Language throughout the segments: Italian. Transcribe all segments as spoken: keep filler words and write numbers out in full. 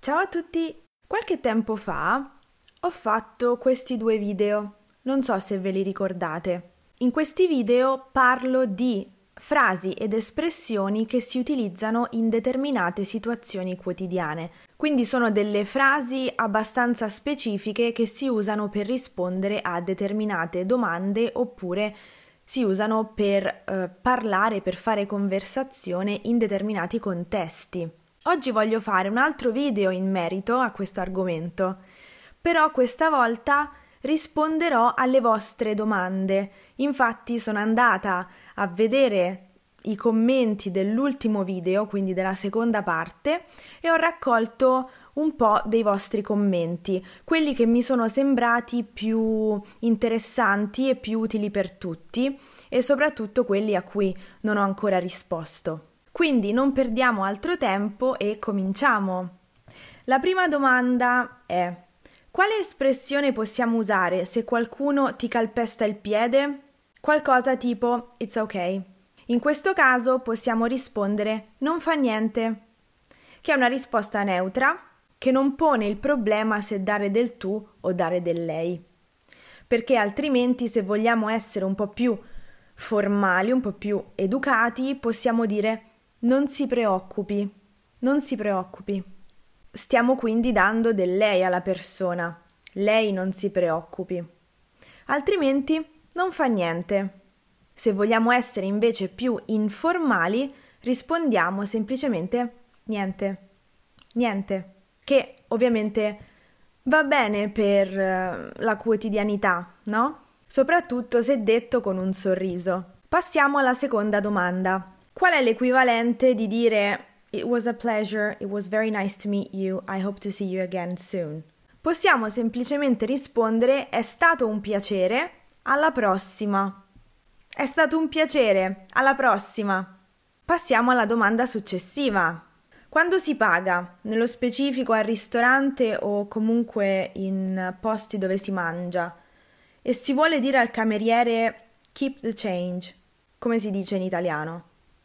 Ciao a tutti! Qualche tempo fa ho fatto questi due video, non so se ve li ricordate. In questi video parlo di frasi ed espressioni che si utilizzano in determinate situazioni quotidiane. Quindi sono delle frasi abbastanza specifiche che si usano per rispondere a determinate domande oppure si usano per eh, parlare, per fare conversazione in determinati contesti. Oggi voglio fare un altro video in merito a questo argomento, però questa volta risponderò alle vostre domande. Infatti sono andata a vedere i commenti dell'ultimo video, quindi della seconda parte, e ho raccolto un po' dei vostri commenti, quelli che mi sono sembrati più interessanti e più utili per tutti, e soprattutto quelli a cui non ho ancora risposto. Quindi non perdiamo altro tempo e cominciamo. La prima domanda è: quale espressione possiamo usare se qualcuno ti calpesta il piede? Qualcosa tipo "It's okay". In questo caso possiamo rispondere "non fa niente", che è una risposta neutra che non pone il problema se dare del tu o dare del lei. Perché altrimenti, se vogliamo essere un po' più formali, un po' più educati, possiamo dire "non si preoccupi", non si preoccupi. Stiamo quindi dando del lei alla persona. Lei non si preoccupi. Altrimenti non fa niente. Se vogliamo essere invece più informali, rispondiamo semplicemente niente. Niente. Che ovviamente va bene per uh, la quotidianità, no? Soprattutto se detto con un sorriso. Passiamo alla seconda domanda. Qual è l'equivalente di dire "It was a pleasure, it was very nice to meet you, I hope to see you again soon"? Possiamo semplicemente rispondere "è stato un piacere, alla prossima". È stato un piacere, alla prossima. Passiamo alla domanda successiva. Quando si paga, nello specifico al ristorante o comunque in posti dove si mangia, e si vuole dire al cameriere "keep the change", come si dice in italiano?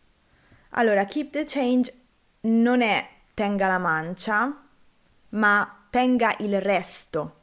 Allora, keep the change non è tenga la mancia, ma tenga il resto.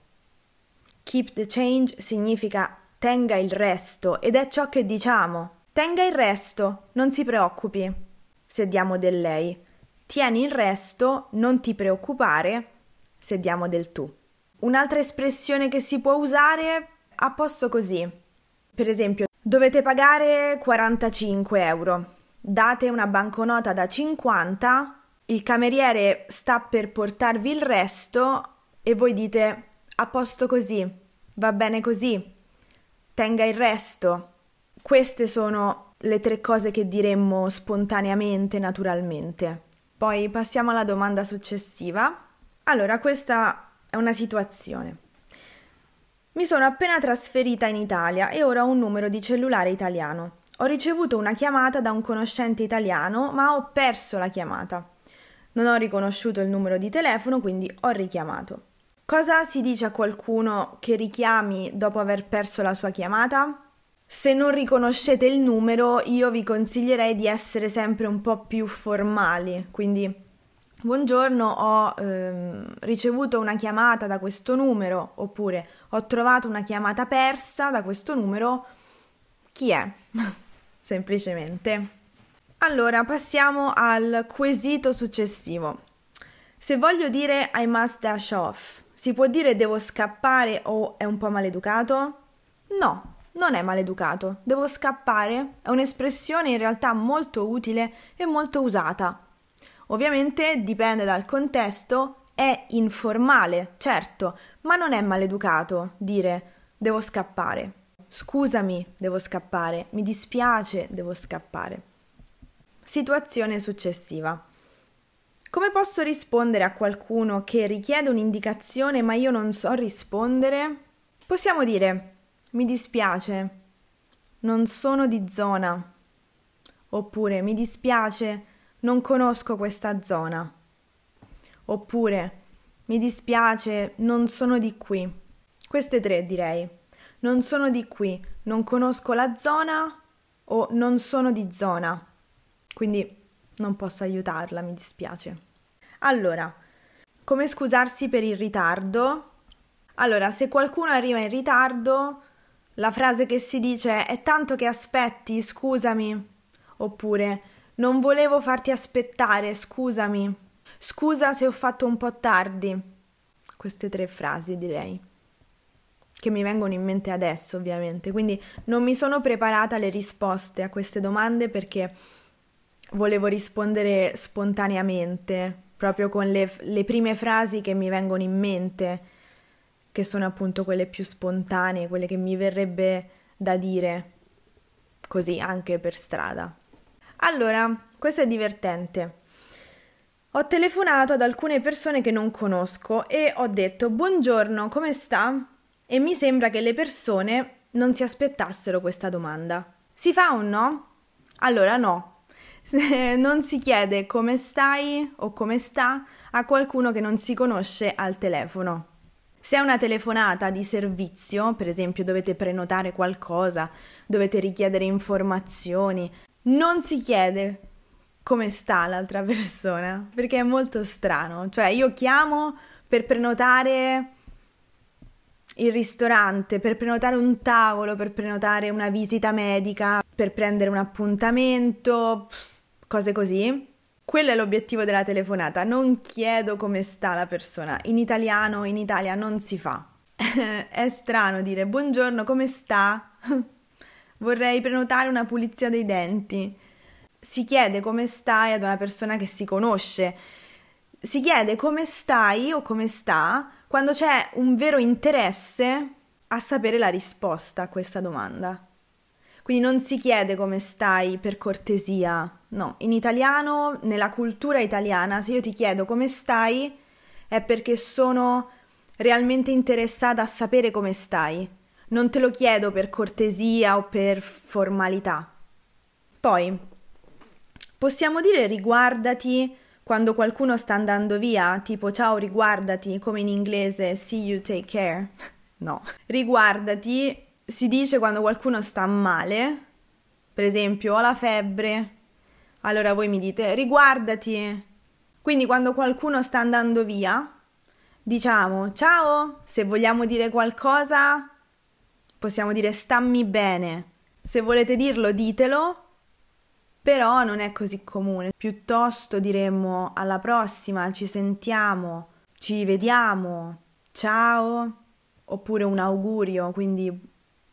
Keep the change significa tenga il resto ed è ciò che diciamo. Tenga il resto, non si preoccupi se diamo del lei. Tieni il resto, non ti preoccupare se diamo del tu. Un'altra espressione che si può usare a posto così. Per esempio, dovete pagare quarantacinque euro. Date una banconota da cinquanta, il cameriere sta per portarvi il resto e voi dite "a posto così, va bene così, tenga il resto". Queste sono le tre cose che diremmo spontaneamente, naturalmente. Poi passiamo alla domanda successiva. Allora, questa è una situazione. Mi sono appena trasferita in Italia e ora ho un numero di cellulare italiano. Ho ricevuto una chiamata da un conoscente italiano, ma ho perso la chiamata. Non ho riconosciuto il numero di telefono, quindi ho richiamato. Cosa si dice a qualcuno che richiami dopo aver perso la sua chiamata? Se non riconoscete il numero, io vi consiglierei di essere sempre un po' più formali, quindi "buongiorno, ho ehm, ricevuto una chiamata da questo numero", oppure "ho trovato una chiamata persa da questo numero, chi è?" Semplicemente. Allora, passiamo al quesito successivo. Se voglio dire "I must dash off", si può dire "devo scappare" o "è un po' maleducato"? No, non è maleducato. "Devo scappare" è un'espressione in realtà molto utile e molto usata. Ovviamente dipende dal contesto, è informale, certo, ma non è maleducato dire "devo scappare". "Scusami, devo scappare", "mi dispiace, devo scappare". Situazione successiva. Come posso rispondere a qualcuno che richiede un'indicazione ma io non so rispondere? Possiamo dire "mi dispiace, non sono di zona", oppure "mi dispiace, non conosco questa zona", oppure "mi dispiace, non sono di qui". Queste tre direi. Non sono di qui, non conosco la zona o non sono di zona. Quindi non posso aiutarla, mi dispiace. Allora, Come scusarsi per il ritardo? Allora, se qualcuno arriva in ritardo, la frase che si dice è tanto che aspetti, scusami. Oppure non volevo farti aspettare, scusami. Scusa se ho fatto un po' tardi. Queste tre frasi direi, che mi vengono in mente adesso ovviamente. Quindi non mi sono preparata le risposte a queste domande perché volevo rispondere spontaneamente, proprio con le, le prime frasi che mi vengono in mente, che sono appunto quelle più spontanee, quelle che mi verrebbe da dire così anche per strada. Allora, questo è divertente. Ho telefonato ad alcune persone che non conosco e ho detto buongiorno, come sta? E mi sembra che le persone non si aspettassero questa domanda. Si fa o no? Allora no. Non si chiede come stai o come sta a qualcuno che non si conosce al telefono. Se è una telefonata di servizio, per esempio dovete prenotare qualcosa, dovete richiedere informazioni, non si chiede come sta l'altra persona, perché è molto strano. Cioè io chiamo per prenotare il ristorante, per prenotare un tavolo, per prenotare una visita medica, per prendere un appuntamento, cose così. Quello è l'obiettivo della telefonata. Non chiedo come sta la persona. In italiano, in Italia non si fa. È strano dire buongiorno, come sta? Vorrei prenotare una pulizia dei denti. Si chiede come stai ad una persona che si conosce. Si chiede come stai o come sta quando c'è un vero interesse a sapere la risposta a questa domanda. Quindi non si chiede come stai per cortesia. No, in italiano, nella cultura italiana, se io ti chiedo come stai è perché sono realmente interessata a sapere come stai. Non te lo chiedo per cortesia o per formalità. Poi, possiamo dire riguardati quando qualcuno sta andando via, tipo ciao riguardati, come in inglese see you, take care. No. Riguardati si dice quando qualcuno sta male, per esempio ho la febbre, allora voi mi dite riguardati. Quindi quando qualcuno sta andando via, diciamo ciao, se vogliamo dire qualcosa possiamo dire stammi bene. Se volete dirlo ditelo, però non è così comune. Piuttosto diremmo alla prossima, ci sentiamo, ci vediamo, ciao, oppure un augurio, quindi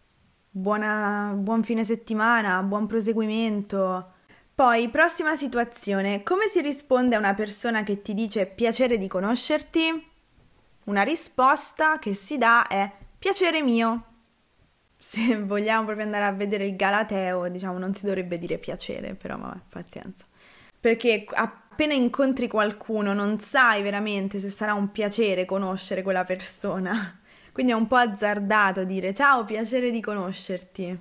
buona, buon fine settimana, buon proseguimento. Poi, prossima situazione, come si risponde a una persona che ti dice piacere di conoscerti? Una risposta che si dà è piacere mio. Se vogliamo proprio andare a vedere il Galateo, diciamo, non si dovrebbe dire piacere, però vabbè, pazienza. Perché appena incontri qualcuno non sai veramente se sarà un piacere conoscere quella persona. Quindi è un po' azzardato dire ciao, piacere di conoscerti.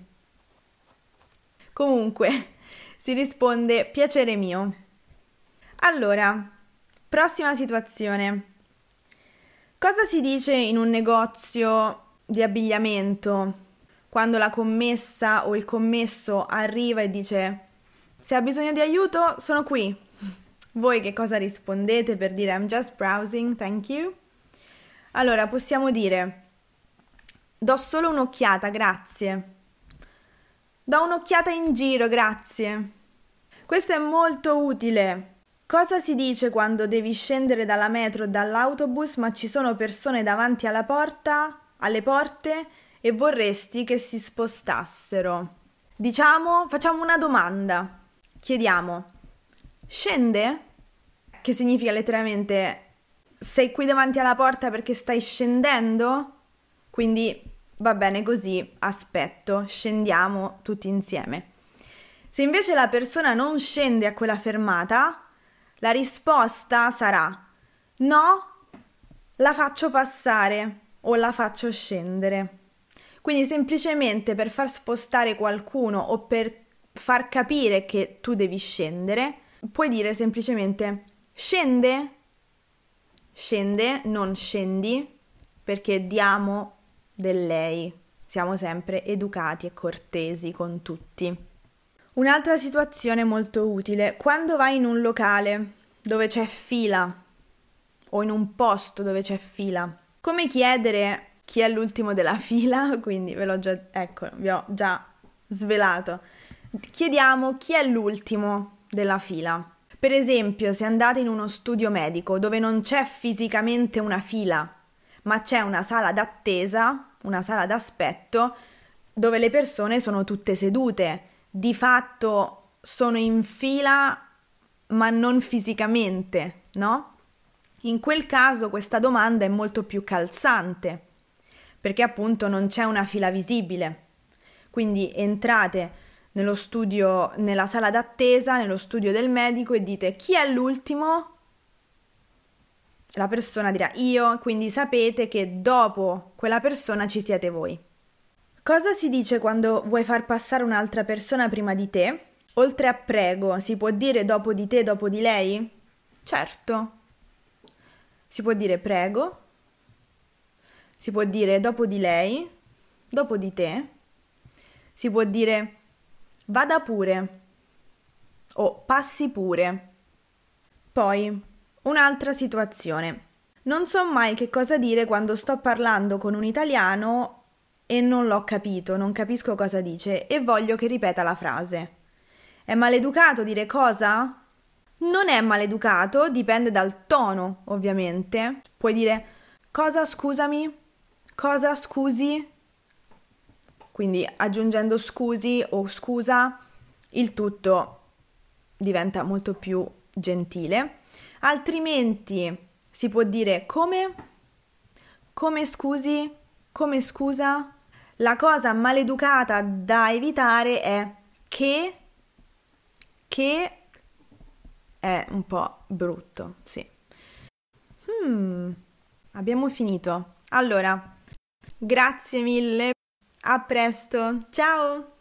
Comunque, si risponde piacere mio. Allora, prossima situazione. Cosa si dice in un negozio di abbigliamento quando la commessa o il commesso arriva e dice se ha bisogno di aiuto sono qui? Voi che cosa rispondete per dire I'm just browsing, thank you? Allora possiamo dire do solo un'occhiata, grazie. Do un'occhiata in giro, grazie. Questo è molto utile. Cosa si dice quando devi scendere dalla metro o dall'autobus ma ci sono persone davanti alla porta, alle porte e vorresti che si spostassero? Diciamo, facciamo una domanda. Chiediamo, scende? Che significa letteralmente sei qui davanti alla porta perché stai scendendo? Quindi va bene così, aspetto, scendiamo tutti insieme. Se invece la persona non scende a quella fermata, la risposta sarà no, la faccio passare o la faccio scendere. Quindi semplicemente per far spostare qualcuno o per far capire che tu devi scendere, puoi dire semplicemente scende, scende, non scendi, perché diamo del lei. Siamo sempre educati e cortesi con tutti. Un'altra situazione molto utile, quando vai in un locale dove c'è fila, o in un posto dove c'è fila. Come chiedere chi è l'ultimo della fila, quindi ve l'ho già, ecco, vi ho già svelato. Chiediamo chi è l'ultimo della fila. Per esempio, se andate in uno studio medico dove non c'è fisicamente una fila, ma c'è una sala d'attesa, una sala d'aspetto, dove le persone sono tutte sedute, di fatto sono in fila, ma non fisicamente, no? In quel caso questa domanda è molto più calzante, perché appunto non c'è una fila visibile. Quindi entrate nello studio, nella sala d'attesa, nello studio del medico e dite chi è l'ultimo? La persona dirà io, quindi sapete che dopo quella persona ci siete voi. Cosa si dice quando vuoi far passare un'altra persona prima di te? Oltre a prego, si può dire dopo di te, dopo di lei? Certo. Si può dire prego, si può dire dopo di lei, dopo di te, si può dire vada pure o passi pure. Poi, un'altra situazione. Non so mai che cosa dire quando sto parlando con un italiano e non l'ho capito, non capisco cosa dice e voglio che ripeta la frase. È maleducato dire cosa? Non è maleducato, dipende dal tono, ovviamente. Puoi dire cosa scusami? Cosa scusi? Quindi aggiungendo scusi o scusa, il tutto diventa molto più gentile. Altrimenti si può dire come? Come scusi? Come scusa? La cosa maleducata da evitare è che, che è un po' brutto, sì. Hmm, abbiamo finito. Allora, grazie mille, a presto, ciao!